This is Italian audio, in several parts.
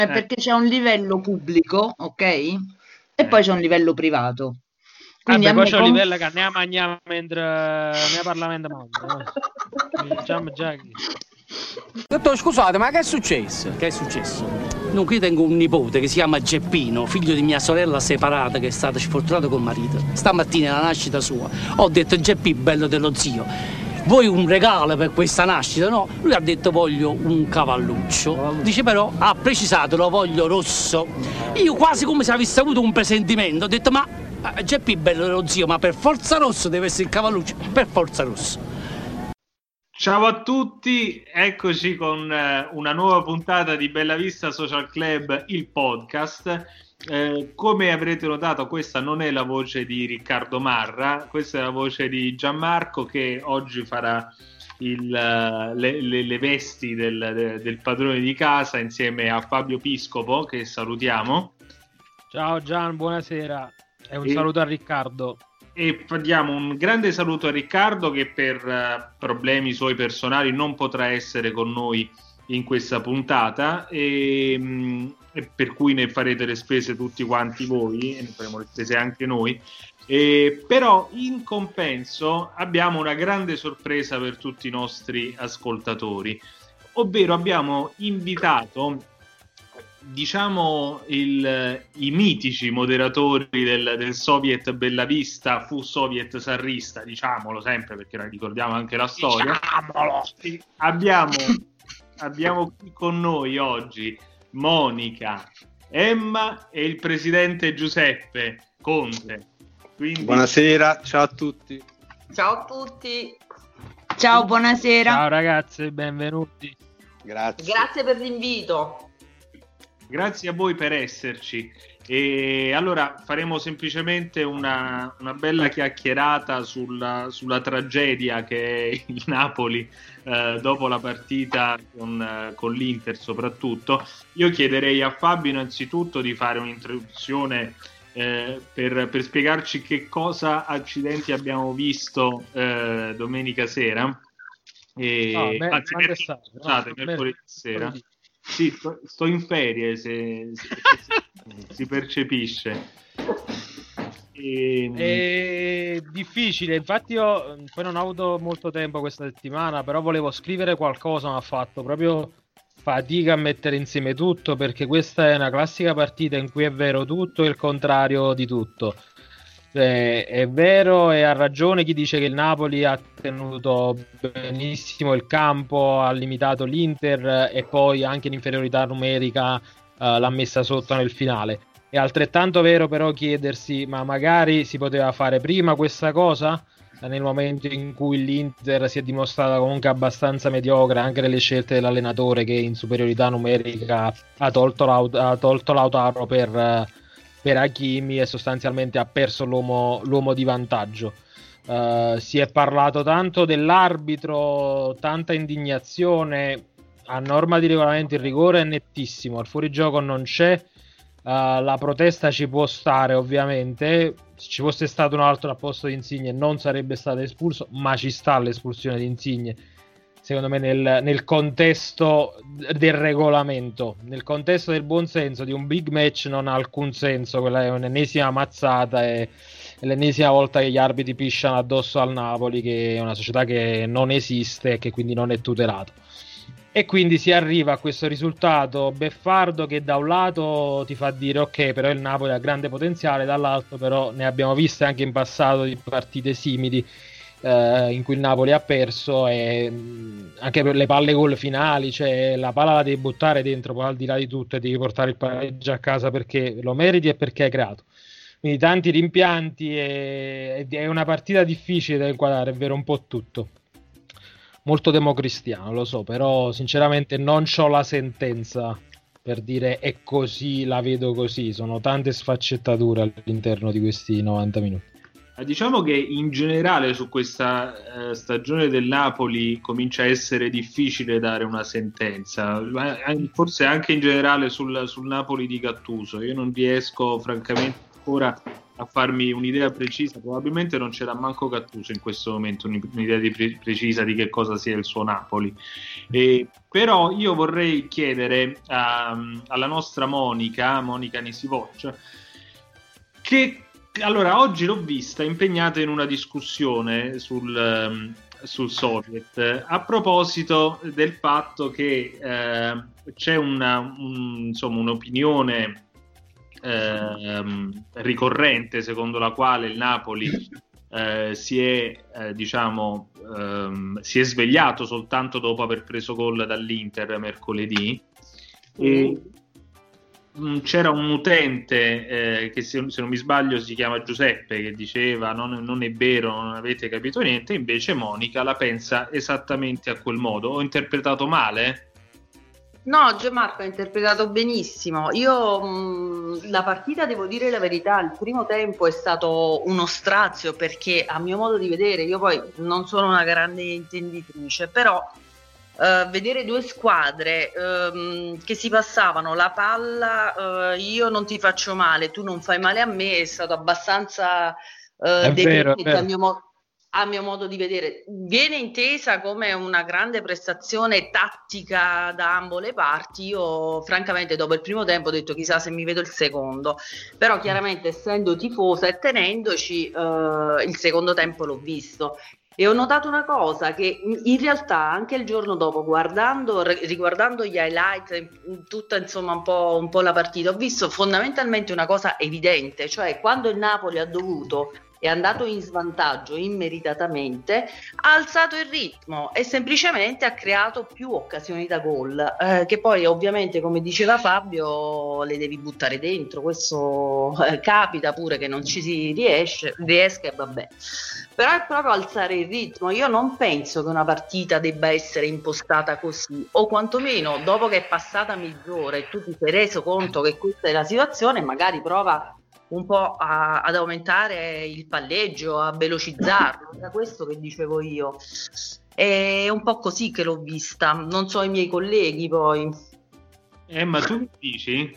È perché c'è un livello pubblico, ok? E poi c'è un livello privato. Quindi Vabbè, a poi me c'è un livello che ne mangiamo mentre ne parliamo mangiamo. Diciamo già che... Dottor, scusate, ma che è successo? Che è successo? Dunque, io tengo un nipote che si chiama Geppino, figlio di mia sorella separata che è stata sfortunata col marito. Stamattina, alla nascita sua, ho detto: Geppi, bello dello zio, vuoi un regalo per questa nascita? No, lui ha detto: voglio un cavalluccio. Dice però, ha precisato, lo voglio rosso. Io quasi come se avessi avuto un presentimento, ho detto: ma Geppi, bello dello zio, ma per forza rosso deve essere il cavalluccio, per forza rosso. Ciao a tutti, eccoci con una nuova puntata di Bella Vista Social Club, il podcast. Come avrete notato, questa non è la voce di Riccardo Marra, questa è la voce di Gianmarco che oggi farà le vesti del padrone di casa insieme a Fabio Piscopo, che salutiamo. Ciao Gian, buonasera e un saluto a Riccardo. E diamo un grande saluto a Riccardo che per problemi suoi personali non potrà essere con noi in questa puntata e per cui ne farete le spese tutti quanti voi e ne faremo le spese anche noi. Però in compenso abbiamo una grande sorpresa per tutti i nostri ascoltatori, ovvero abbiamo invitato, diciamo, i mitici moderatori del Soviet Bellavista, fu Soviet Sarrista, diciamolo sempre perché ricordiamo anche la storia. Abbiamo qui con noi oggi Monica, Emma e il presidente Giuseppe Conte. Quindi... Buonasera, ciao a tutti. Ciao a tutti. Ciao, buonasera. Ciao ragazzi, benvenuti. Grazie per l'invito. Grazie a voi per esserci. E allora faremo semplicemente una bella chiacchierata sulla tragedia che è il Napoli dopo la partita con l'Inter soprattutto. Io chiederei a Fabio innanzitutto di fare un'introduzione per spiegarci che cosa accidenti abbiamo visto domenica sera. Anzi, mercoledì sera. Sì, sto in ferie, se si percepisce. È difficile, infatti io poi non ho avuto molto tempo questa settimana, però volevo scrivere qualcosa, ma ho fatto proprio fatica a mettere insieme tutto, perché questa è una classica partita in cui è vero tutto e il contrario di tutto. È vero e ha ragione chi dice che il Napoli ha tenuto benissimo il campo, ha limitato l'Inter e poi anche l'inferiorità numerica l'ha messa sotto nel finale. È altrettanto vero però chiedersi: ma magari si poteva fare prima questa cosa? Nel momento in cui l'Inter si è dimostrata comunque abbastanza mediocre anche nelle scelte dell'allenatore, che in superiorità numerica ha tolto Lautaro per Hakimi e sostanzialmente ha perso l'uomo di vantaggio. Si è parlato tanto dell'arbitro, tanta indignazione. A norma di regolamento il rigore è nettissimo, il fuorigioco non c'è. La protesta ci può stare, ovviamente. Se ci fosse stato un altro al posto di Insigne non sarebbe stato espulso, ma ci sta l'espulsione di Insigne, secondo me, nel contesto del regolamento. Nel contesto del buon senso di un big match non ha alcun senso. Quella è un'ennesima mazzata e l'ennesima volta che gli arbitri pisciano addosso al Napoli, che è una società che non esiste e che quindi non è tutelato. E quindi si arriva a questo risultato beffardo che da un lato ti fa dire ok, però il Napoli ha grande potenziale, dall'altro però ne abbiamo viste anche in passato di partite simili in cui il Napoli ha perso, e anche per le palle gol finali, cioè la palla la devi buttare dentro, poi al di là di tutto devi portare il pareggio a casa perché lo meriti e perché hai creato. Quindi tanti rimpianti, è una partita difficile da inquadrare, è vero, un po' tutto. Molto democristiano, lo so, però sinceramente non c'ho la sentenza per dire è così, la vedo così. Sono tante sfaccettature all'interno di questi 90 minuti. Diciamo che in generale su questa stagione del Napoli comincia a essere difficile dare una sentenza, forse anche in generale sul Napoli di Gattuso. Io non riesco francamente ancora a farmi un'idea precisa. Probabilmente non c'era manco Gattuso in questo momento, un'idea precisa di che cosa sia il suo Napoli. Però io vorrei chiedere alla nostra Monica Nisivoc, che allora oggi l'ho vista impegnata in una discussione sul Soviet a proposito del fatto che c'è un'opinione ricorrente secondo la quale il Napoli si è svegliato soltanto dopo aver preso gol dall'Inter mercoledì. E c'era un utente che se non mi sbaglio si chiama Giuseppe, che diceva non è vero, non avete capito niente. Invece Monica la pensa esattamente a quel modo. Ho interpretato male? No, Gianmarco ha interpretato benissimo. Io la partita, devo dire la verità, il primo tempo è stato uno strazio, perché a mio modo di vedere, io poi non sono una grande intenditrice, però vedere due squadre che si passavano la palla, io non ti faccio male, tu non fai male a me, è stato abbastanza deprimente a mio modo di vedere. Viene intesa come una grande prestazione tattica da ambo le parti. Io francamente dopo il primo tempo ho detto chissà se mi vedo il secondo, però chiaramente essendo tifosa e tenendoci il secondo tempo l'ho visto. E ho notato una cosa, che in realtà anche il giorno dopo, riguardando gli highlight, tutta insomma un po' la partita, ho visto fondamentalmente una cosa evidente, cioè quando il Napoli è andato in svantaggio immeritatamente, ha alzato il ritmo e semplicemente ha creato più occasioni da gol, che poi ovviamente, come diceva Fabio, le devi buttare dentro. Questo capita pure che non ci si riesca e vabbè. Però è proprio alzare il ritmo. Io non penso che una partita debba essere impostata così, o quantomeno dopo che è passata mezz'ora e tu ti sei reso conto che questa è la situazione, magari prova un po' ad aumentare il palleggio, a velocizzarlo, da questo che dicevo io. È un po' così che l'ho vista, non so i miei colleghi poi. Ma tu dici?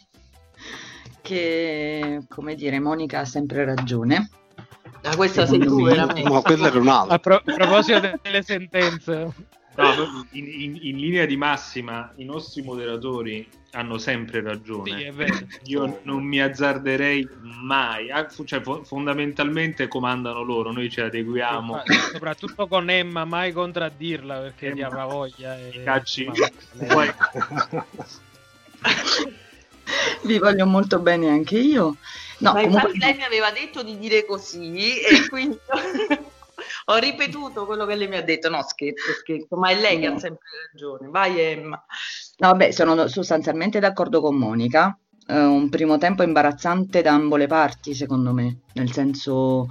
Che, come dire, Monica ha sempre ragione. Questa sei tu veramente. Ma quello era un altro. A proposito delle sentenze. No, in linea di massima i nostri moderatori hanno sempre ragione. Sì, è vero. Io non mi azzarderei mai, cioè fondamentalmente comandano loro, noi ci adeguiamo. Soprattutto con Emma, mai contraddirla, perché ti avrà voglia. Cacci. Poi... Vi voglio molto bene anche io. No, ma comunque... infatti lei mi aveva detto di dire così e quindi ho ripetuto quello che lei mi ha detto. No, scherzo, ma è lei che ha sempre ragione. Vai Emma. No, vabbè, sono sostanzialmente d'accordo con Monica. Un primo tempo imbarazzante da ambo le parti, secondo me, nel senso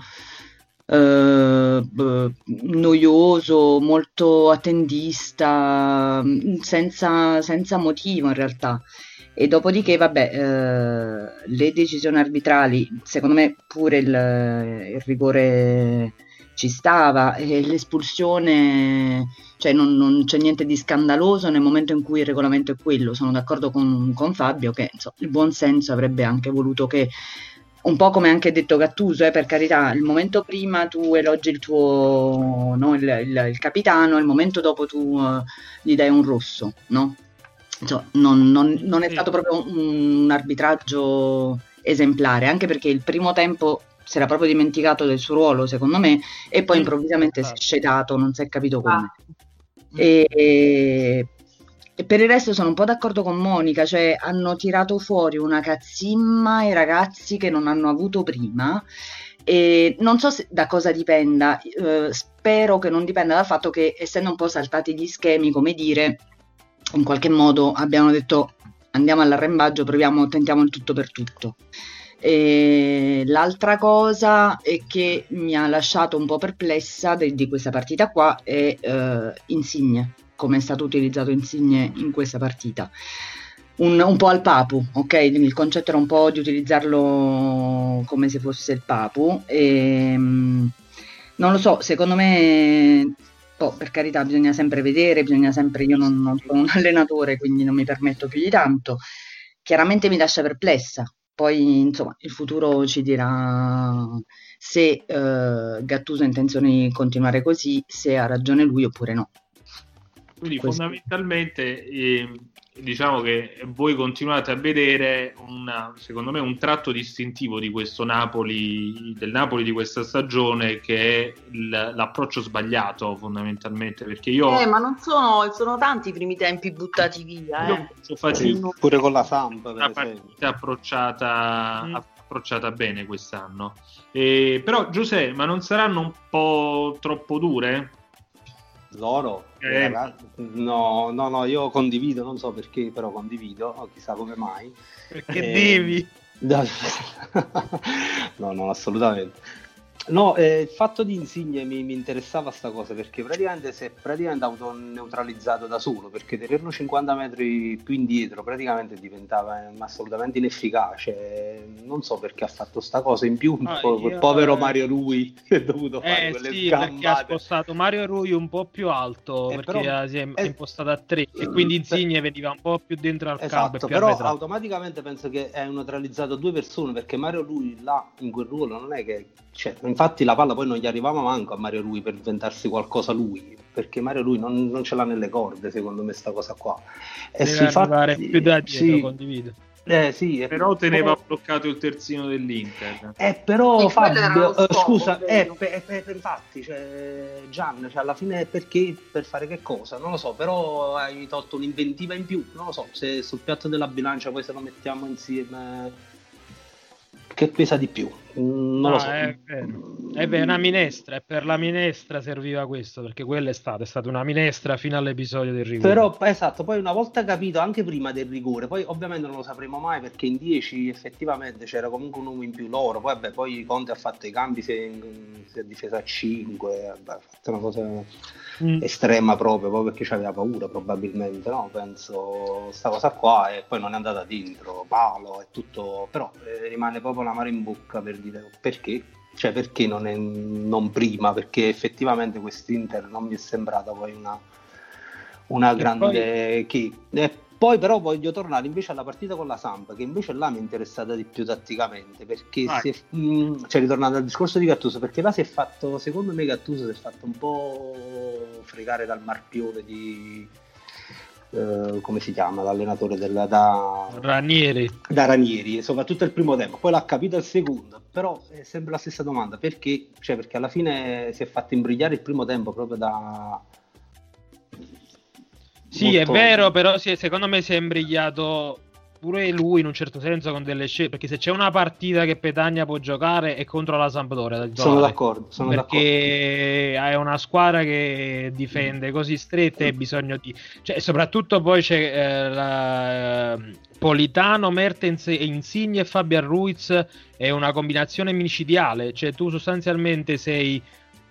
noioso, molto attendista, senza motivo in realtà. E dopodiché, vabbè, le decisioni arbitrali, secondo me pure il rigore ci stava, e l'espulsione, cioè non c'è niente di scandaloso nel momento in cui il regolamento è quello. Sono d'accordo con Fabio che insomma, il buon senso avrebbe anche voluto che, un po' come anche detto Gattuso, per carità, il momento prima tu elogi il tuo, no, il capitano, il momento dopo tu gli dai un rosso, no? Insomma, non è stato proprio un arbitraggio esemplare, anche perché il primo tempo si era proprio dimenticato del suo ruolo, secondo me, e poi improvvisamente si è scedato, non si è capito come. E per il resto sono un po' d'accordo con Monica, cioè hanno tirato fuori una cazzimma i ragazzi che non hanno avuto prima, e non so da cosa dipenda, spero che non dipenda dal fatto che, essendo un po' saltati gli schemi, come dire, in qualche modo abbiamo detto andiamo all'arrembaggio, tentiamo il tutto per tutto. E l'altra cosa è che mi ha lasciato un po' perplessa di questa partita qua è Insigne, come è stato utilizzato Insigne in questa partita. Un po' al Papu, ok? Il concetto era un po' di utilizzarlo come se fosse il Papu, e non lo so, secondo me, per carità, bisogna sempre vedere, io non sono un allenatore, quindi non mi permetto più di tanto. Chiaramente mi lascia perplessa, poi insomma il futuro ci dirà se Gattuso ha intenzione di continuare così, se ha ragione lui oppure no. Quindi fondamentalmente diciamo che voi continuate a vedere secondo me un tratto distintivo di questo Napoli, del Napoli di questa stagione, che è l'approccio sbagliato fondamentalmente, perché io ma non sono tanti i primi tempi buttati via, pure con la Samp una partita approcciata bene quest'anno, però Giuseppe, ma non saranno un po' troppo dure? Loro? No, io condivido, non so perché, però condivido, chissà come mai. Perché devi? No, assolutamente. No, il fatto di Insigne mi interessava sta cosa, perché praticamente si è autoneutralizzato da solo, perché tenerlo 50 metri più indietro praticamente diventava assolutamente inefficace. Non so perché ha fatto sta cosa in più, povero Mario Rui è dovuto fare quelle sgambate. Perché ha spostato Mario Rui un po' più alto, perché però, si è impostato a 3 e quindi Insigne veniva un po' più dentro al campo e più però arretrato. Automaticamente penso che è neutralizzato due persone, perché Mario Rui là in quel ruolo non è che, cioè, infatti la palla poi non gli arrivava manco a Mario Rui per inventarsi qualcosa lui, perché Mario Rui non ce l'ha nelle corde, secondo me, sta cosa qua. Deve arrivare più da dietro, condivido. Sì, però teneva bloccato il terzino dell'Inter. Però Fabio, scusa, infatti, cioè, Gian, cioè, alla fine perché? Per fare che cosa? Non lo so, però hai tolto un'inventiva in più, non lo so, se sul piatto della bilancia poi se lo mettiamo insieme, che pesa di più? Non lo so. È vero, una minestra, e per la minestra serviva questo, perché quella è stata una minestra fino all'episodio del rigore. Però esatto, poi una volta capito, anche prima del rigore, poi ovviamente non lo sapremo mai, perché in 10 effettivamente c'era comunque un uomo in più loro, poi Conte ha fatto i cambi, si è difesa a 5, ha fatto una cosa estrema proprio perché c'aveva paura probabilmente, no? Penso sta cosa qua, e poi non è andata dentro, palo e tutto, però rimane proprio l'amaro in bocca per dire perché, cioè perché non prima, perché effettivamente quest'Inter non mi è sembrata poi una grande poi però voglio tornare invece alla partita con la Samp, che invece là mi è interessata di più tatticamente, perché cioè ritornando al discorso di Gattuso, perché là secondo me Gattuso si è fatto un po' fregare dal marpione di come si chiama l'allenatore da Ranieri, soprattutto il primo tempo, poi l'ha capito il secondo, però è sempre la stessa domanda, perché? Cioè, perché alla fine si è fatto imbrigliare il primo tempo proprio da... Sì, molto... è vero, però secondo me si è imbrigliato pure lui in un certo senso con delle scelte, perché se c'è una partita che Petagna può giocare è contro la Sampdoria. Sono d'accordo. Perché è una squadra che difende così stretta e ha bisogno di... Cioè, soprattutto poi c'è Politano, Mertens, Insigne e Fabian Ruiz, è una combinazione micidiale, cioè tu sostanzialmente sei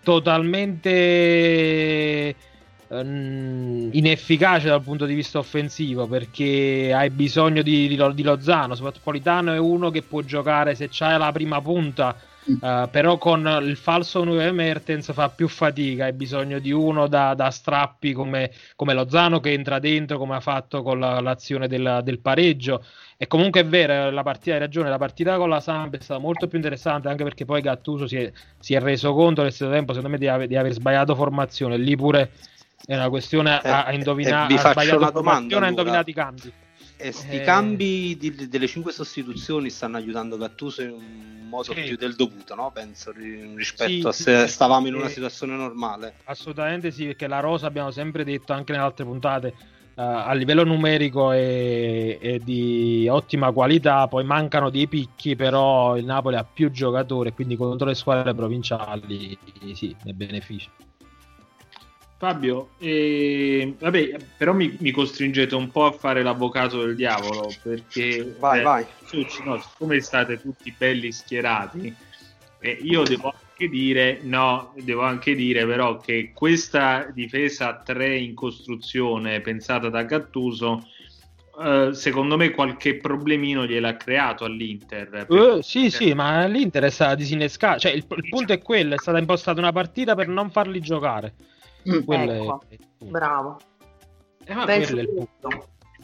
totalmente... inefficace dal punto di vista offensivo, perché hai bisogno di Lozano. Soprattutto Politano è uno che può giocare se c'hai la prima punta, però con il falso 9 Mertens fa più fatica, hai bisogno di uno da strappi come Lozano, che entra dentro, come ha fatto con l'azione del pareggio. E comunque è vero, la partita, hai ragione, la partita con la Samp è stata molto più interessante, anche perché poi Gattuso si è reso conto nel stesso tempo, secondo me, di aver sbagliato formazione. Lì pure è una questione a indovinare. Vi faccio una domanda, ha indovinato i cambi. Sti cambi delle 5 sostituzioni stanno aiutando Gattuso in un modo più del dovuto, no? Penso, rispetto a se stavamo in una situazione normale. Assolutamente sì, perché la rosa, abbiamo sempre detto anche nelle altre puntate, a livello numerico è di ottima qualità, poi mancano dei picchi, però il Napoli ha più giocatori, quindi contro le squadre provinciali sì, ne beneficia. Fabio, vabbè, però mi costringete un po' a fare l'avvocato del diavolo, perché vai. No, siccome state tutti belli schierati, io devo anche dire però che questa difesa a 3 in costruzione pensata da Gattuso, secondo me qualche problemino gliel'ha creato all'Inter. Sì, ma l'Inter è stata disinnescata, cioè il punto è quello, è stata impostata una partita per non farli giocare. Ecco, bravo. Quello è il punto.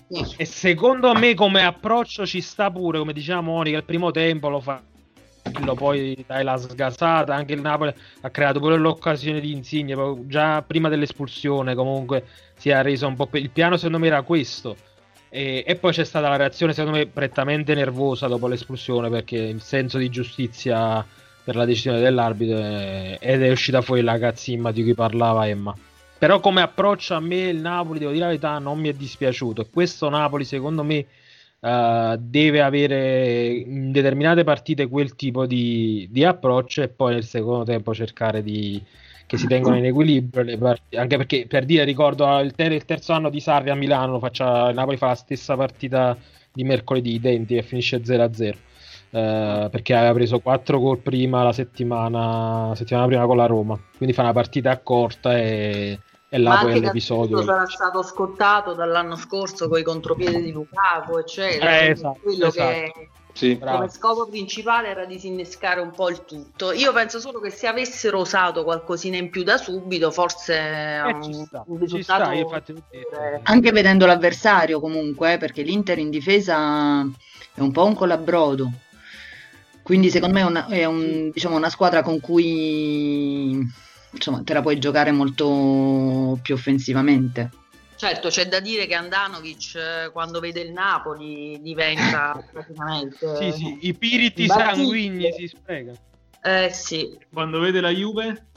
E secondo me come approccio ci sta pure, come diceva Monica, il primo tempo lo fa, poi dai la sgasata, anche il Napoli ha creato pure l'occasione di Insigne, già prima dell'espulsione comunque si è reso un po', il piano secondo me era questo, e poi c'è stata la reazione secondo me prettamente nervosa dopo l'espulsione, perché il senso di giustizia per la decisione dell'arbitro ed è uscita fuori la cazzimma di cui parlava Emma. Però come approccio a me il Napoli, devo dire la verità, non mi è dispiaciuto, e questo Napoli secondo me deve avere in determinate partite quel tipo di approccio, e poi nel secondo tempo cercare che si tengano in equilibrio le partite, anche perché, per dire, ricordo il terzo anno di Sarri a Milano, il Napoli fa la stessa partita di mercoledì, identica, e finisce 0-0. Perché aveva preso 4 gol prima la settimana prima con la Roma, quindi fa una partita corta e là poi l'episodio sarà stato scottato dall'anno scorso con i contropiedi di Lukaku, eccetera. Esatto. Che sì, come scopo principale era disinnescare un po' il tutto. Io penso solo che se avessero usato qualcosina in più da subito, forse un risultato anche vedendo l'avversario comunque, perché l'Inter in difesa è un po' un colabrodo. Quindi secondo me è una squadra con cui insomma te la puoi giocare molto più offensivamente. Certo, c'è da dire che Andanovic quando vede il Napoli diventa praticamente sì, i piriti sanguigni si spiega. Sì. Quando vede la Juve?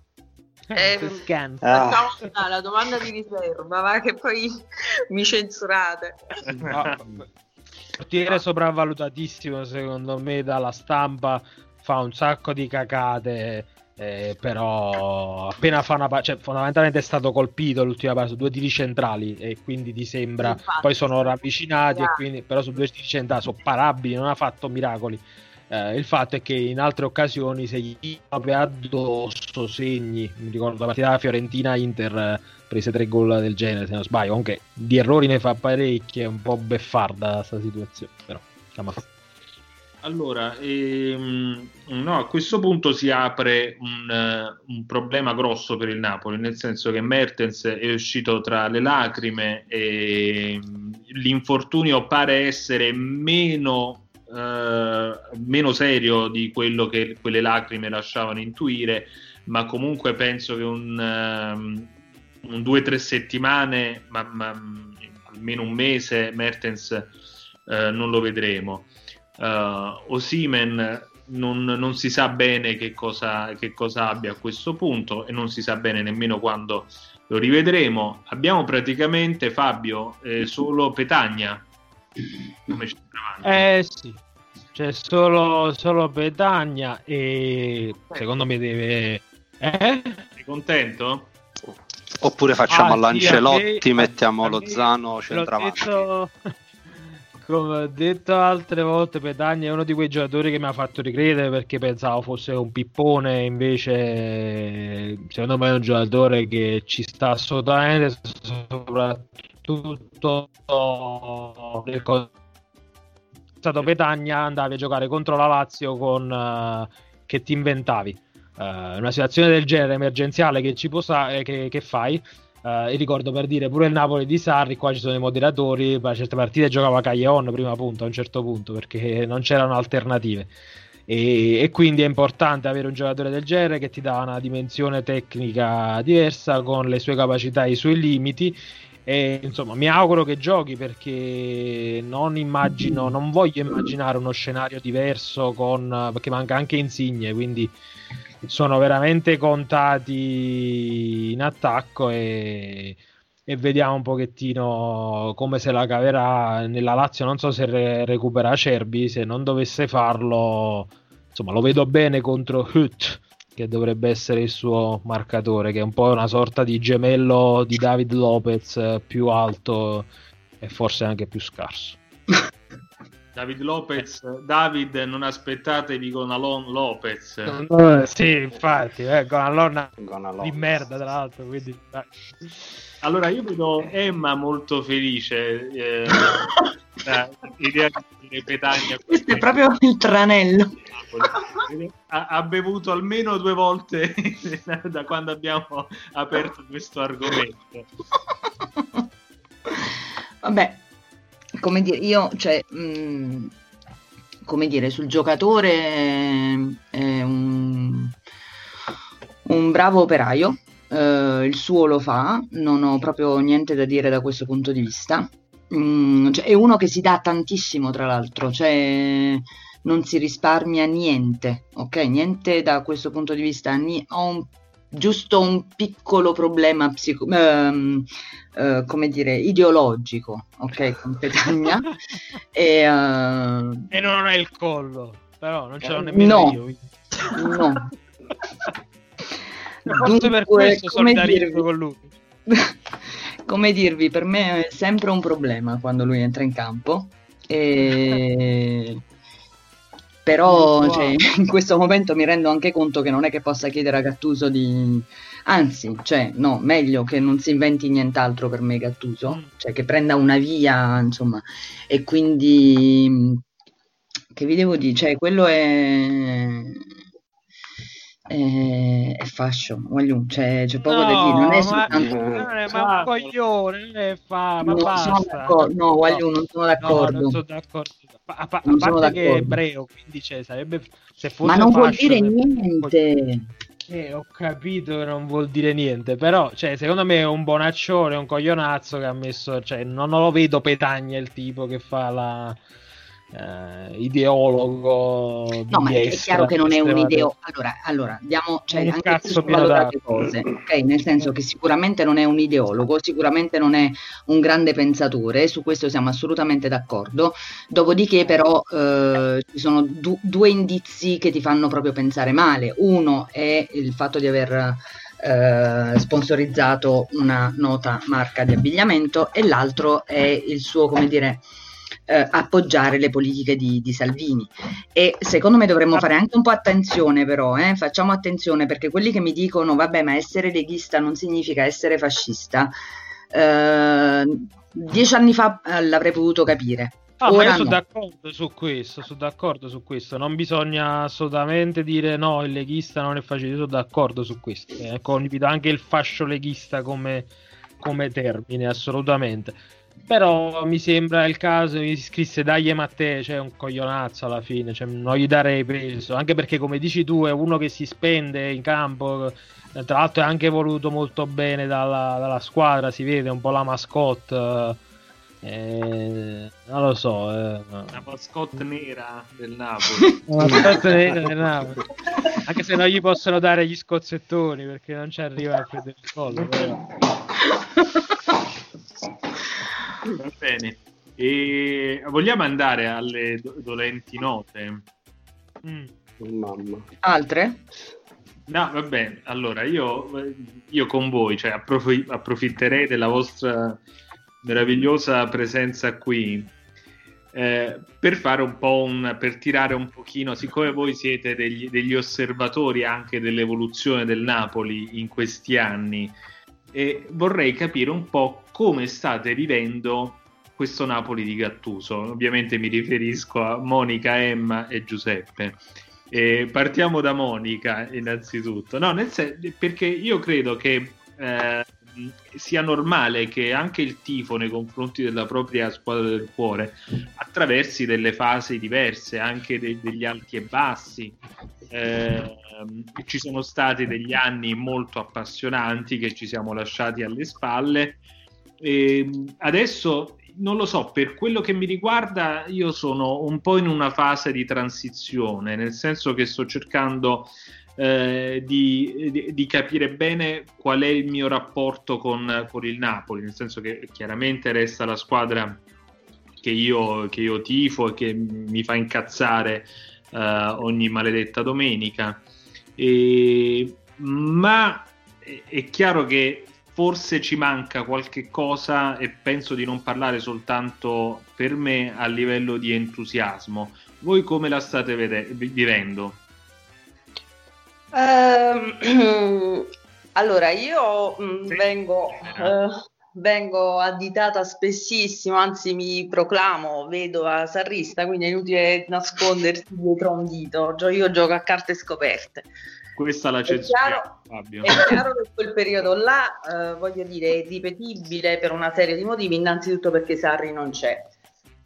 La domanda di riserva, va, che poi mi censurate. Portiere sopravvalutatissimo secondo me dalla stampa, fa un sacco di cacate, però appena fa fondamentalmente è stato colpito l'ultima parte su 2 tiri centrali, e quindi ti sembra, infatti, poi sono ravvicinati, e quindi, però su 2 tiri centrali sono parabili, non ha fatto miracoli. Il fatto è che in altre occasioni se gli proprio addosso segni, mi ricordo la partita della Fiorentina-Inter, prese 3 gol del genere se non sbaglio, anche di errori ne fa parecchi, è un po' beffarda sta situazione, però allora no, a questo punto si apre un problema grosso per il Napoli, nel senso che Mertens è uscito tra le lacrime e l'infortunio pare essere meno serio di quello che quelle lacrime lasciavano intuire, ma comunque penso che un 2-3 settimane, ma almeno un mese, Mertens non lo vedremo. Osimhen non si sa bene che cosa abbia a questo punto, e non si sa bene nemmeno quando lo rivedremo. Abbiamo praticamente, Fabio, solo Petagna come centravanti. Sì, c'è solo Petagna, e secondo me deve Sei contento? Oppure facciamo all'Ancelotti, mettiamo Lozano centravanti. Come ho detto altre volte, Petagna è uno di quei giocatori che mi ha fatto ricredere, perché pensavo fosse un pippone, invece secondo me è un giocatore che ci sta assolutamente, soprattutto nel stato Petagna, andavi a giocare contro la Lazio con che ti inventavi una situazione del genere emergenziale che ci può che fai. E ricordo, per dire, pure il Napoli di Sarri, qua ci sono i moderatori, per certe partite giocava Callejon prima punta a un certo punto, perché non c'erano alternative, e quindi è importante avere un giocatore del genere che ti dà una dimensione tecnica diversa, con le sue capacità e i suoi limiti, e insomma mi auguro che giochi, perché non voglio immaginare uno scenario diverso perché manca anche Insigne, quindi sono veramente contati in attacco, e vediamo un pochettino come se la caverà nella Lazio. Non so se recupera Acerbi, se non dovesse farlo, insomma lo vedo bene contro Hut, che dovrebbe essere il suo marcatore, che è un po' una sorta di gemello di David Lopez, più alto e forse anche più scarso. David Lopez, David, non aspettatevi con Alon Lopez. Sì, infatti, con Alon di merda, tra l'altro. Quindi... Allora, io vedo Emma molto felice. L'idea di Petagna. Questo è proprio il tranello. Ha bevuto almeno 2 volte da quando abbiamo aperto questo argomento. Vabbè. come dire, io, cioè, come dire, sul giocatore è un bravo operaio, il suo lo fa, non ho proprio niente da dire da questo punto di vista. Cioè, è uno che si dà tantissimo, tra l'altro, cioè non si risparmia niente, ok? Niente da questo punto di vista. Ho giusto un piccolo problema come dire, ideologico, ok? Con Petagna. E non è il collo, però non ce l'ho nemmeno io. No. Forse per questo solidarizzo con lui. Come dirvi, per me è sempre un problema quando lui entra in campo, però cioè, in questo momento mi rendo anche conto che non è che possa chiedere a Gattuso di... Anzi, cioè, no, meglio che non si inventi nient'altro per me Gattuso, cioè che prenda una via, insomma, e quindi, che vi devo dire, cioè, quello è fascio, voglio, c'è poco da dire, non è soltanto... ma un coglione, ma basta. No, voglio, non sono d'accordo. Non sono d'accordo. A parte che è ebreo, quindi sarebbe... Se fosse ma non fascio, vuol dire niente. Ho capito che non vuol dire niente, però cioè, secondo me è un bonaccione, un coglionazzo che ha messo, cioè, non lo vedo Petagna il tipo che fa la ideologo. No, ma è chiaro che non è un allora diamo, cioè, un anche cazzo più valorate cose, ok? Nel senso che sicuramente non è un ideologo, sicuramente non è un grande pensatore, su questo siamo assolutamente d'accordo. Dopodiché però ci sono due indizi che ti fanno proprio pensare male. Uno è il fatto di aver sponsorizzato una nota marca di abbigliamento, e l'altro è il suo, come dire, appoggiare le politiche di Salvini. E secondo me dovremmo fare anche un po' attenzione, però facciamo attenzione, perché quelli che mi dicono vabbè, ma essere leghista non significa essere fascista, 10 anni fa l'avrei potuto capire. Ma io sono d'accordo su questo, non bisogna assolutamente dire no, il leghista non è fascista, io sono d'accordo su questo, condivido anche il fascio leghista come termine, assolutamente. Però mi sembra il caso, mi scrisse Dai Matteo, cioè un coglionazzo alla fine, cioè, non gli darei peso, anche perché come dici tu è uno che si spende in campo, tra l'altro è anche voluto molto bene dalla squadra, si vede un po' la mascotte, non lo so, la mascotte nera del Napoli. La mascotte nera del Napoli, anche se non gli possono dare gli scozzettoni perché non ci arriva a prendere il collo, però. Va bene, e vogliamo andare alle dolenti note? Mamma. Altre? No, vabbè, allora io con voi, cioè approfitterei della vostra meravigliosa presenza qui per fare un po' per tirare un pochino, siccome voi siete degli osservatori anche dell'evoluzione del Napoli in questi anni, e vorrei capire un po' come state vivendo questo Napoli di Gattuso. Ovviamente mi riferisco a Monica, Emma e Giuseppe. Partiamo da Monica innanzitutto, perché io credo che sia normale che anche il tifo nei confronti della propria squadra del cuore attraversi delle fasi diverse, anche degli alti e bassi. Ci sono stati degli anni molto appassionanti che ci siamo lasciati alle spalle, e adesso non lo so, per quello che mi riguarda io sono un po' in una fase di transizione, nel senso che sto cercando di capire bene qual è il mio rapporto con il Napoli, nel senso che chiaramente resta la squadra che io tifo e che mi fa incazzare ogni maledetta domenica, ma è chiaro che forse ci manca qualche cosa, e penso di non parlare soltanto per me, a livello di entusiasmo. Voi come la state vivendo? Allora io vengo additata spessissimo, anzi mi proclamo vedova sarrista, quindi è inutile nascondersi dietro un dito. Io gioco a carte scoperte. Questa la censura, Fabio. È chiaro che quel periodo là, voglio dire, è ripetibile per una serie di motivi. Innanzitutto perché Sarri non c'è,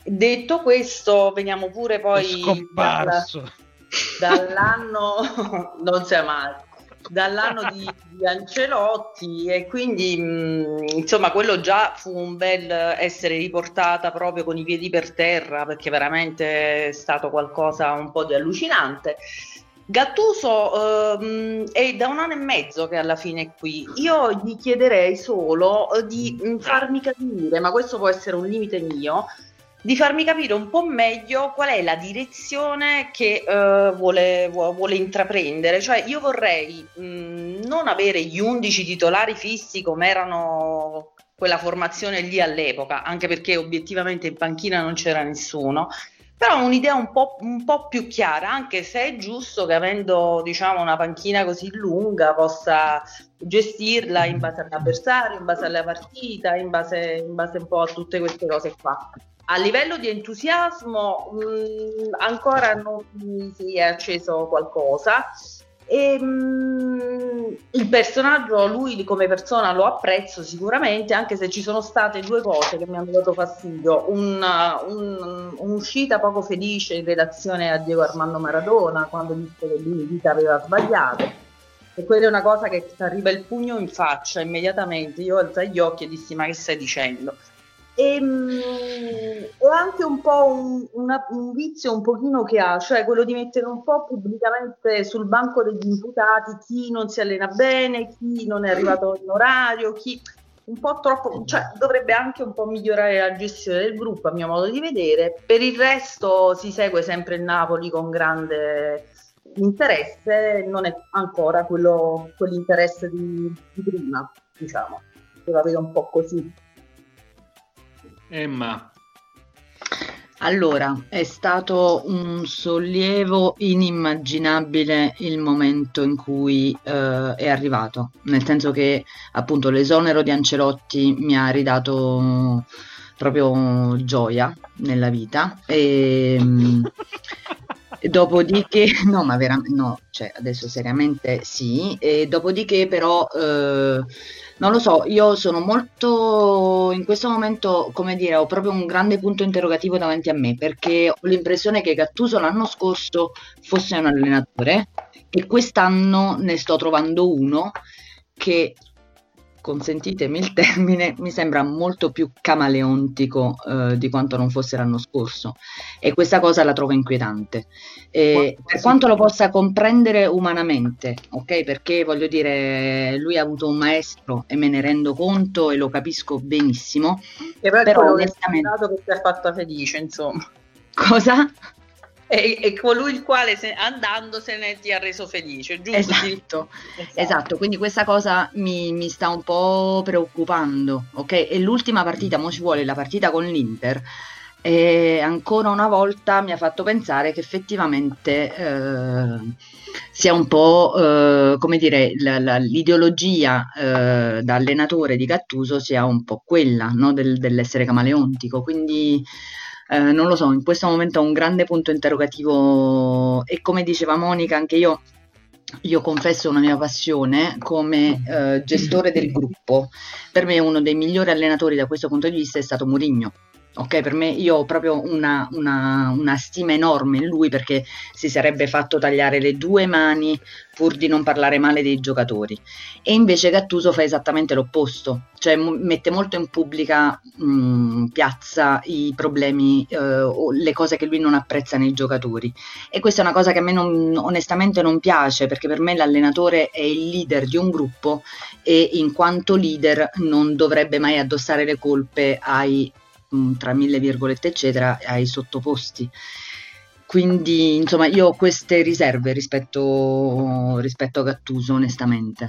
Detto questo, veniamo pure poi scomparso dall'anno non sia mai dall'anno di Ancelotti, e quindi insomma quello già fu un bel essere riportata proprio con i piedi per terra, perché veramente è stato qualcosa un po' di allucinante. Gattuso è da 1 anno e mezzo che alla fine è qui. Io gli chiederei solo di farmi capire, ma questo può essere un limite mio, di farmi capire un po' meglio qual è la direzione che vuole intraprendere. Cioè io vorrei non avere gli 11 titolari fissi come erano quella formazione lì all'epoca, anche perché obiettivamente in panchina non c'era nessuno, però un'idea un po' più chiara, anche se è giusto che avendo, diciamo, una panchina così lunga possa gestirla in base all'avversario, in base alla partita, in base un po' a tutte queste cose qua. A livello di entusiasmo ancora non mi si è acceso qualcosa, e il personaggio, lui come persona lo apprezzo sicuramente, anche se ci sono state 2 cose che mi hanno dato fastidio: un'uscita poco felice in relazione a Diego Armando Maradona, quando disse che lui in vita aveva sbagliato, e quella è una cosa che ti arriva il pugno in faccia immediatamente. Io alzai gli occhi e dissi: ma che stai dicendo? E anche un po' un vizio un pochino che ha, cioè quello di mettere un po' pubblicamente sul banco degli imputati chi non si allena bene, chi non è arrivato in orario, chi un po' troppo, cioè dovrebbe anche un po' migliorare la gestione del gruppo, a mio modo di vedere. Per il resto si segue sempre il Napoli con grande interesse, non è ancora quell'interesse di prima, diciamo, io la vedo un po' così. Emma. Allora, è stato un sollievo inimmaginabile il momento in cui è arrivato, nel senso che appunto l'esonero di Ancelotti mi ha ridato proprio gioia nella vita, e dopodiché, no, ma veramente no, cioè adesso seriamente sì, e dopodiché però non lo so, io sono molto in questo momento, come dire, ho proprio un grande punto interrogativo davanti a me, perché ho l'impressione che Gattuso l'anno scorso fosse un allenatore e quest'anno ne sto trovando uno che, consentitemi il termine, mi sembra molto più camaleontico di quanto non fosse l'anno scorso, e questa cosa la trovo inquietante. Per quanto lo possa comprendere umanamente, ok? Perché voglio dire, lui ha avuto un maestro e me ne rendo conto e lo capisco benissimo, e però onestamente che ti ha fatto felice, insomma. Cosa? E colui il quale andandosene ti ha reso felice, giusto? Esatto, quindi questa cosa mi sta un po' preoccupando, ok? E l'ultima partita, mo ci vuole la partita con l'Inter, e ancora una volta mi ha fatto pensare che effettivamente sia un po' come dire, l'ideologia da allenatore di Gattuso sia un po' quella, no? Dell'essere camaleontico, quindi non lo so, in questo momento ho un grande punto interrogativo, e come diceva Monica, anche io confesso una mia passione come gestore del gruppo. Per me uno dei migliori allenatori da questo punto di vista è stato Mourinho. Ok, per me, io ho proprio una stima enorme in lui, perché si sarebbe fatto tagliare le 2 mani pur di non parlare male dei giocatori, e invece Gattuso fa esattamente l'opposto, cioè mette molto in pubblica piazza i problemi o le cose che lui non apprezza nei giocatori, e questa è una cosa che a me onestamente non piace, perché per me l'allenatore è il leader di un gruppo e in quanto leader non dovrebbe mai addossare le colpe ai, tra mille virgolette eccetera, ai sottoposti. Quindi insomma io ho queste riserve rispetto a Gattuso, onestamente.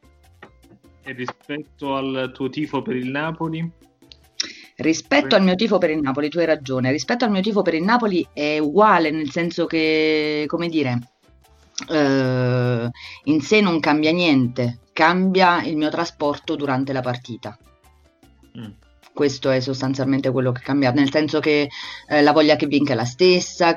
E rispetto al tuo tifo per il Napoli? Rispetto al mio tifo per il Napoli, tu hai ragione, rispetto al mio tifo per il Napoli è uguale, nel senso che, come dire, in sé non cambia niente, cambia il mio trasporto durante la partita. Questo è sostanzialmente quello che cambia, nel senso che la voglia che vinca è la stessa,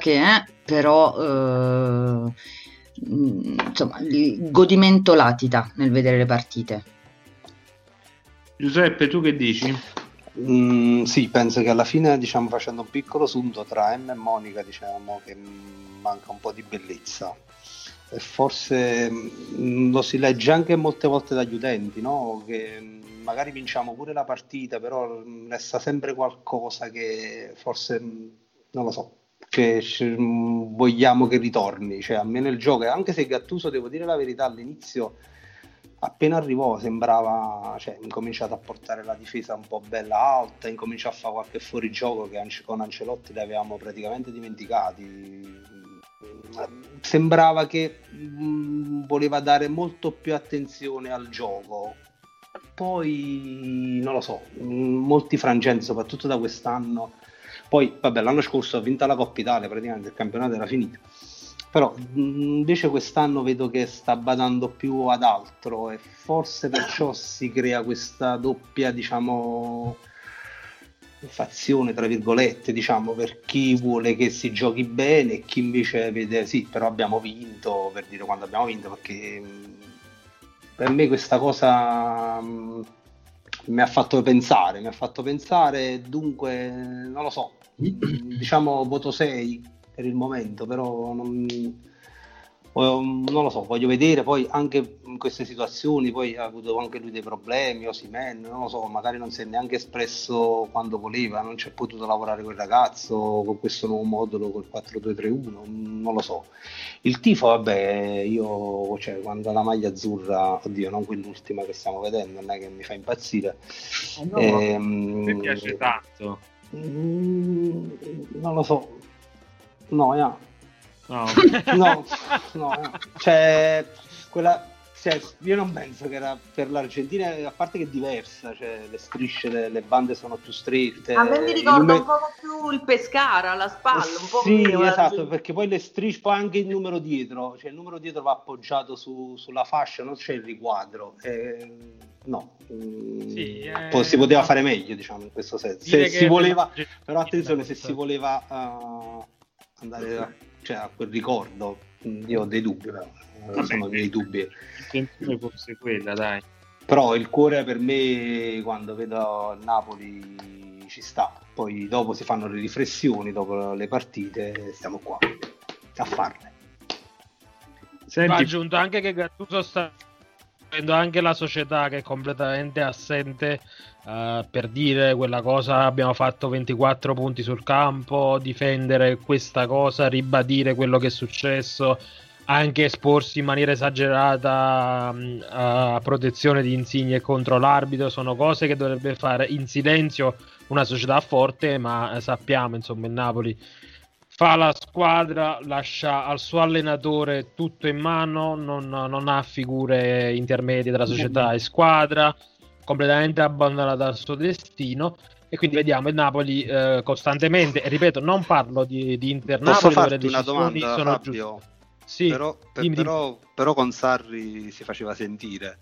però insomma il godimento latita nel vedere le partite. Giuseppe, tu che dici? Sì, penso che alla fine, diciamo, facendo un piccolo sunto tra Emma e Monica, diciamo che manca un po' di bellezza. E forse lo si legge anche molte volte dagli utenti, no? Che magari vinciamo pure la partita, però resta sempre qualcosa che forse, non lo so, che vogliamo che ritorni. Cioè, a me nel gioco, anche se Gattuso, devo dire la verità, all'inizio appena arrivò sembrava, cioè, incominciato a portare la difesa un po' bella alta, incominciò a fare qualche fuorigioco che con Ancelotti li avevamo praticamente dimenticati. Sembrava che voleva dare molto più attenzione al gioco. Poi non lo so, molti frangenti, soprattutto da quest'anno. Poi vabbè, l'anno scorso ha vinto la Coppa Italia, praticamente il campionato era finito. Però invece quest'anno vedo che sta badando più ad altro e forse perciò si crea questa doppia, diciamo, fazione, tra virgolette, diciamo, per chi vuole che si giochi bene e chi invece vede, sì, però abbiamo vinto, per dire quando abbiamo vinto, perché per me questa cosa mi ha fatto pensare, dunque, non lo so, diciamo voto 6 per il momento, però non lo so, voglio vedere poi anche in queste situazioni, poi ha avuto anche lui dei problemi, Osimhen, non lo so, magari non si è neanche espresso quando voleva, non c'è potuto lavorare quel ragazzo con questo nuovo modulo col 4-2-3-1, non lo so. Il tifo, vabbè, io, cioè, quando la maglia azzurra, oddio, non quell'ultima che stiamo vedendo, non è che mi fa impazzire. Mi piace tanto. Non lo so. No, No. Cioè, quella, cioè, io non penso che era per l'Argentina, a parte che è diversa, cioè le strisce, le bande sono più strette. A me mi ricorda un po' più il Pescara alla spalla, un po' sì, meno, esatto, perché poi le strisce, poi anche il numero dietro, cioè il numero dietro va appoggiato sulla fascia, non c'è il riquadro. No, sì, si poteva fare meglio, diciamo, in questo senso. Se si voleva, però attenzione, se si voleva andare a quel ricordo, io ho dei dubbi, però sono dei dubbi. L'intenzione fosse quella, dai. Però il cuore per me, quando vedo il Napoli, ci sta. Poi dopo si fanno le riflessioni, dopo le partite, stiamo qua a farle. Va aggiunto anche che Gattuso sta avendo anche la società che è completamente assente, per dire quella cosa, abbiamo fatto 24 punti sul campo, difendere questa cosa, ribadire quello che è successo, anche esporsi in maniera esagerata a protezione di Insigne contro l'arbitro, sono cose che dovrebbe fare in silenzio una società forte, ma sappiamo, insomma, il Napoli fa la squadra, lascia al suo allenatore tutto in mano, non ha figure intermedie tra società e squadra, completamente abbandonata al suo destino, e quindi vediamo il Napoli costantemente, e ripeto, non parlo di Inter-Napoli. Posso farti una domanda, sono Fabio? Sì, però con Sarri si faceva sentire.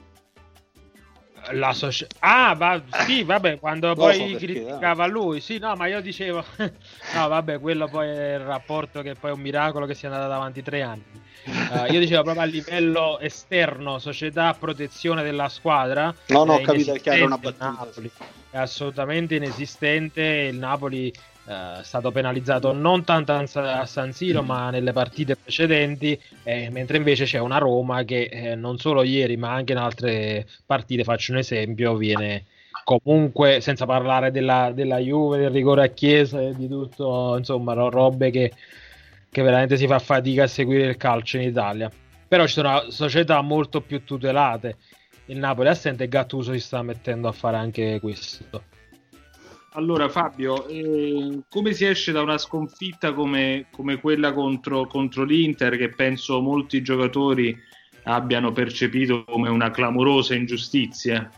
Sì, vabbè, quando poi criticava lui, sì, no, ma io dicevo no, vabbè, quello poi è il rapporto che poi è un miracolo che sia andato avanti 3 anni. Io dicevo proprio a livello esterno, società, protezione della squadra. No, ho capito, è chiaro, una battuta. Napoli è assolutamente inesistente. Il Napoli è stato penalizzato non tanto a San Siro, ma nelle partite precedenti, mentre invece c'è una Roma che non solo ieri, ma anche in altre partite, faccio un esempio, viene comunque, senza parlare della Juve, del rigore a Chiesa e di tutto, insomma, robe che veramente si fa fatica a seguire il calcio in Italia. Però ci sono società molto più tutelate. Il Napoli è assente e Gattuso si sta mettendo a fare anche questo. Allora Fabio, come si esce da una sconfitta come quella contro l'Inter, che penso molti giocatori abbiano percepito come una clamorosa ingiustizia?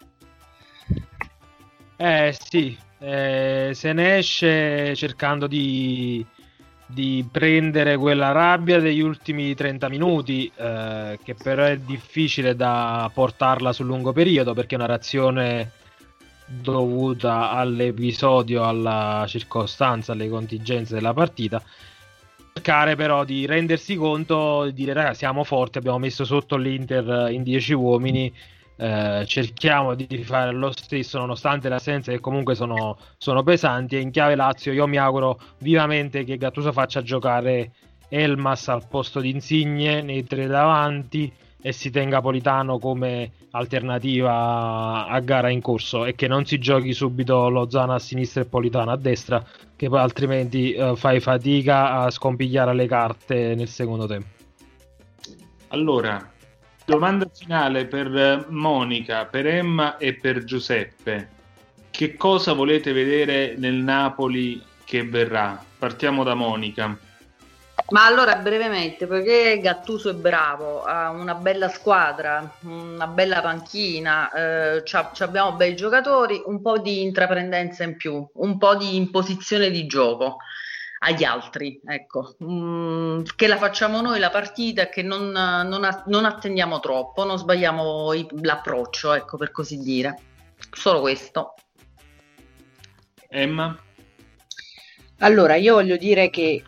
Sì, se ne esce cercando di prendere quella rabbia degli ultimi 30 minuti, che però è difficile da portarla sul lungo periodo, perché è una reazione dovuta all'episodio, alla circostanza, alle contingenze della partita. Cercare però di rendersi conto, di dire ragazzi, siamo forti, abbiamo messo sotto l'Inter in 10 uomini, cerchiamo di fare lo stesso nonostante le assenze che comunque sono pesanti, e in chiave Lazio io mi auguro vivamente che Gattuso faccia giocare Elmas al posto di Insigne nei tre davanti e si tenga Politano come alternativa a gara in corso, e che non si giochi subito Lozano a sinistra e Politano a destra, che poi altrimenti fai fatica a scompigliare le carte nel secondo tempo. Allora, domanda finale per Monica, per Emma e per Giuseppe. Che cosa volete vedere nel Napoli che verrà? Partiamo da Monica. Ma allora, brevemente, perché Gattuso è bravo, ha una bella squadra, una bella panchina, abbiamo bei giocatori, un po' di intraprendenza in più, un po' di imposizione di gioco agli altri, ecco. Che la facciamo noi la partita e che non attendiamo troppo, non sbagliamo l'approccio, ecco, per così dire. Solo questo. Emma? Allora, io voglio dire che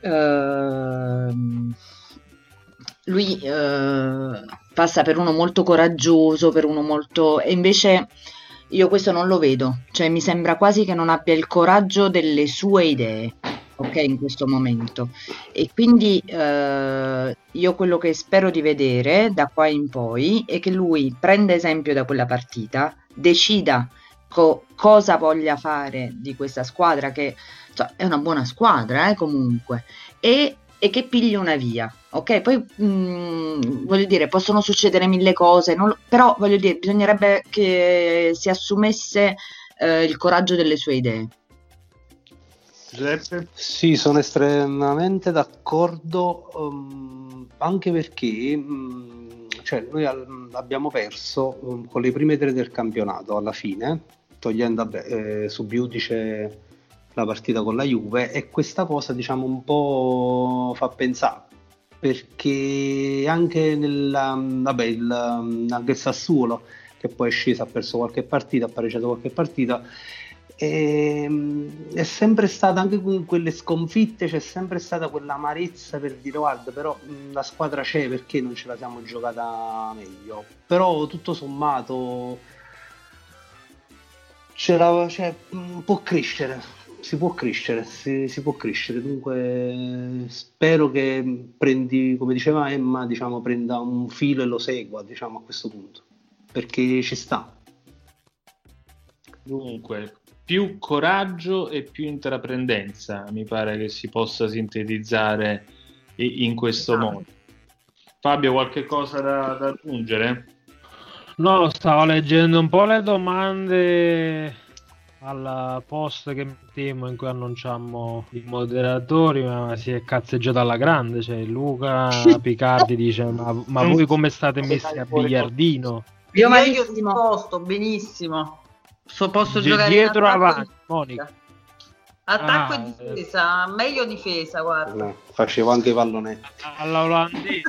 lui passa per uno molto coraggioso, per uno molto... e invece io questo non lo vedo, cioè mi sembra quasi che non abbia il coraggio delle sue idee, ok, in questo momento. E quindi io quello che spero di vedere da qua in poi è che lui prenda esempio da quella partita, decida cosa voglia fare di questa squadra, che è una buona squadra comunque, e che pigli una via, ok? Poi voglio dire, possono succedere mille cose, però voglio dire, bisognerebbe che si assumesse il coraggio delle sue idee. Giuseppe? Sì, sono estremamente d'accordo, anche perché cioè, noi abbiamo perso con le prime tre del campionato alla fine, togliendo sub iudice la partita con la Juve, e questa cosa diciamo un po' fa pensare, perché anche anche il Sassuolo, che poi è sceso, ha perso qualche partita, ha pareggiato qualche partita, è sempre stata, anche con quelle sconfitte c'è sempre stata quell'amarezza per dire guarda, però la squadra c'è, perché non ce la siamo giocata meglio. Però tutto sommato può crescere, si può crescere. Dunque spero che come diceva Emma, diciamo, prenda un filo e lo segua, diciamo, a questo punto, perché ci sta. Dunque, più coraggio e più intraprendenza, mi pare che si possa sintetizzare in questo modo. Fabio, qualche cosa da aggiungere? No, stavo leggendo un po' le domande al post che mettiamo in cui annunciamo i moderatori, ma si è cazzeggiato alla grande. Cioè, Luca Picardi dice ma voi come state messi a biliardino? Io ho risposto benissimo. Posso giocare dietro avanti, Monica. Attacco e difesa, meglio difesa, guarda. No, facevo anche i pallonetti alla olandese.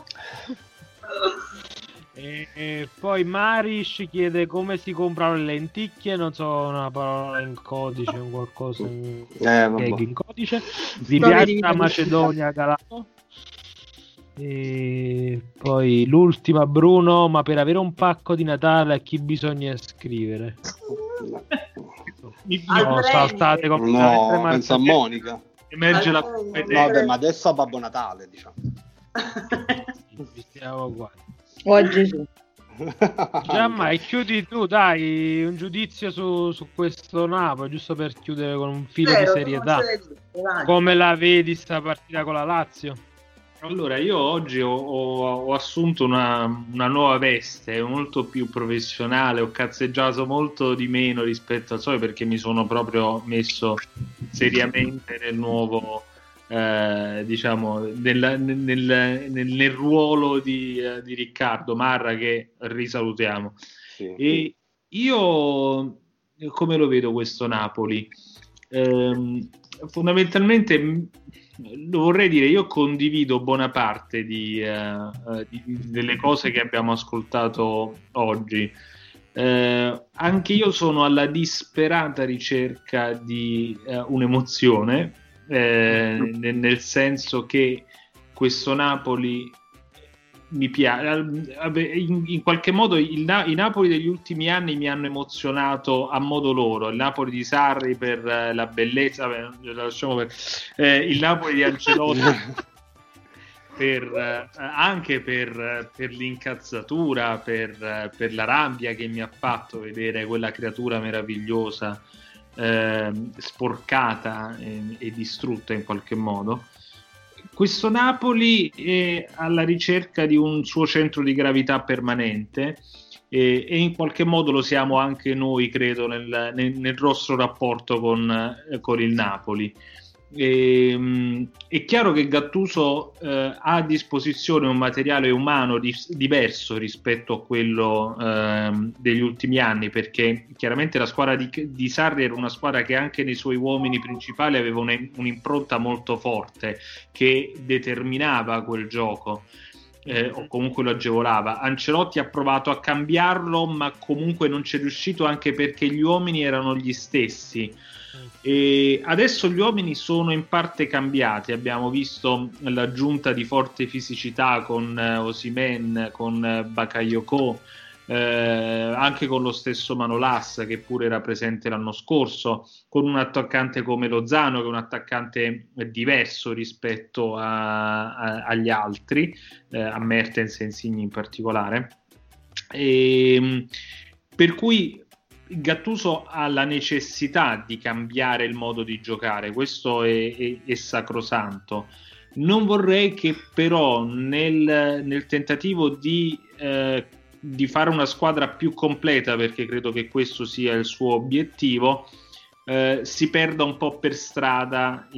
E poi Marish chiede come si comprano le lenticchie, non so, una parola in codice, un qualcosa in codice. Vi piace la Macedonia, Galato? E poi l'ultima, Bruno, ma per avere un pacco di Natale a chi bisogna scrivere? No, saltate completamente. No, penso a Monica. Emerge la vabbè, ma adesso a Babbo Natale, diciamo. Stiamo qua. Oh Gesù. Gianmai, chiudi tu, dai, un giudizio su questo Napoli, giusto per chiudere con un filo di serietà. Come la vedi sta partita con la Lazio? Allora, io oggi ho assunto una nuova veste, molto più professionale, ho cazzeggiato molto di meno rispetto al solito, perché mi sono proprio messo seriamente nel nuovo, diciamo, nel ruolo di Riccardo Marra, che risalutiamo. Sì. E io come lo vedo questo Napoli? Fondamentalmente lo vorrei dire, io condivido buona parte delle cose che abbiamo ascoltato oggi. Anche io sono alla disperata ricerca di un'emozione, nel senso che questo Napoli mi piace. In qualche modo i Napoli degli ultimi anni mi hanno emozionato a modo loro. Il Napoli di Sarri per la bellezza, il Napoli di Ancelotti anche per l'incazzatura, per la rabbia che mi ha fatto vedere quella creatura meravigliosa sporcata e distrutta in qualche modo. Questo Napoli è alla ricerca di un suo centro di gravità permanente e in qualche modo lo siamo anche noi, credo, nel nostro rapporto con il Napoli. È chiaro che Gattuso ha a disposizione un materiale umano diverso rispetto a quello degli ultimi anni, perché chiaramente la squadra di Sarri era una squadra che anche nei suoi uomini principali aveva un'impronta molto forte che determinava quel gioco. O comunque lo agevolava. Ancelotti ha provato a cambiarlo, ma comunque non c'è riuscito, anche perché gli uomini erano gli stessi. E adesso gli uomini sono in parte cambiati. Abbiamo visto l'aggiunta di forte fisicità con Osimhen, con Bakayoko, anche con lo stesso Manolas, che pure era presente l'anno scorso, con un attaccante come Lozano, che è un attaccante diverso rispetto agli altri, a Mertens e Insigne in particolare, per cui Gattuso ha la necessità di cambiare il modo di giocare, questo è sacrosanto. Non vorrei che però nel tentativo di fare una squadra più completa, perché credo che questo sia il suo obiettivo, si perda un po' per strada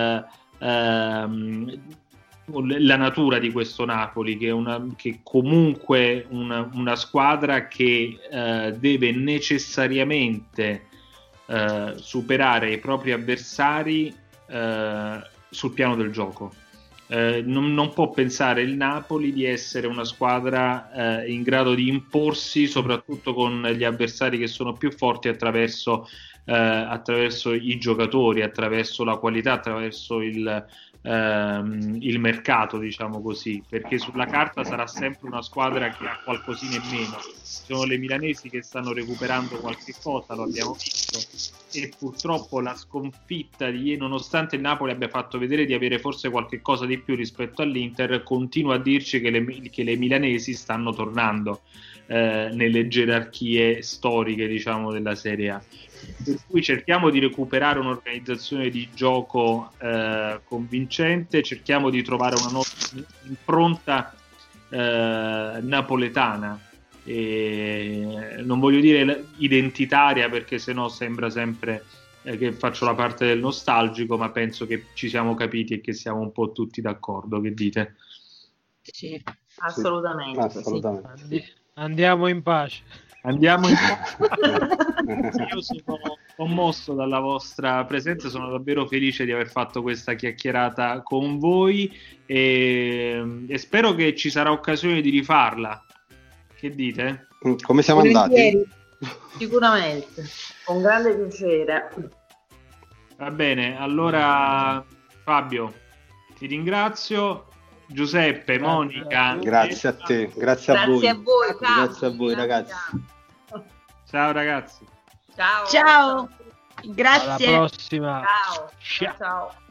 la natura di questo Napoli, che comunque una squadra che deve necessariamente superare i propri avversari sul piano del gioco. Non può pensare il Napoli di essere una squadra in grado di imporsi, soprattutto con gli avversari che sono più forti, attraverso i giocatori, attraverso la qualità, attraverso il mercato, diciamo così, perché sulla carta sarà sempre una squadra che ha qualcosina in meno. Sono le milanesi che stanno recuperando qualche cosa, lo abbiamo visto, e purtroppo la sconfitta di ieri, nonostante il Napoli abbia fatto vedere di avere forse qualche cosa di più rispetto all'Inter, continua a dirci che le milanesi stanno tornando nelle gerarchie storiche, diciamo, della Serie A. Per cui cerchiamo di recuperare un'organizzazione di gioco convincente, cerchiamo di trovare una nostra impronta napoletana, non voglio dire identitaria, perché sennò sembra sempre che faccio la parte del nostalgico, ma penso che ci siamo capiti e che siamo un po' tutti d'accordo. Che dite? Sì, assolutamente. Assolutamente. Sì. Andiamo in pace. Io sono commosso dalla vostra presenza, sono davvero felice di aver fatto questa chiacchierata con voi e spero che ci sarà occasione di rifarla. Che dite? Come siamo andati? Sicuramente, con grande piacere. Va bene, allora Fabio, ti ringrazio. Giuseppe, Monica, grazie a te, grazie a voi, grazie a voi ragazzi. Ciao ragazzi. Ciao. Grazie. Alla prossima. Ciao.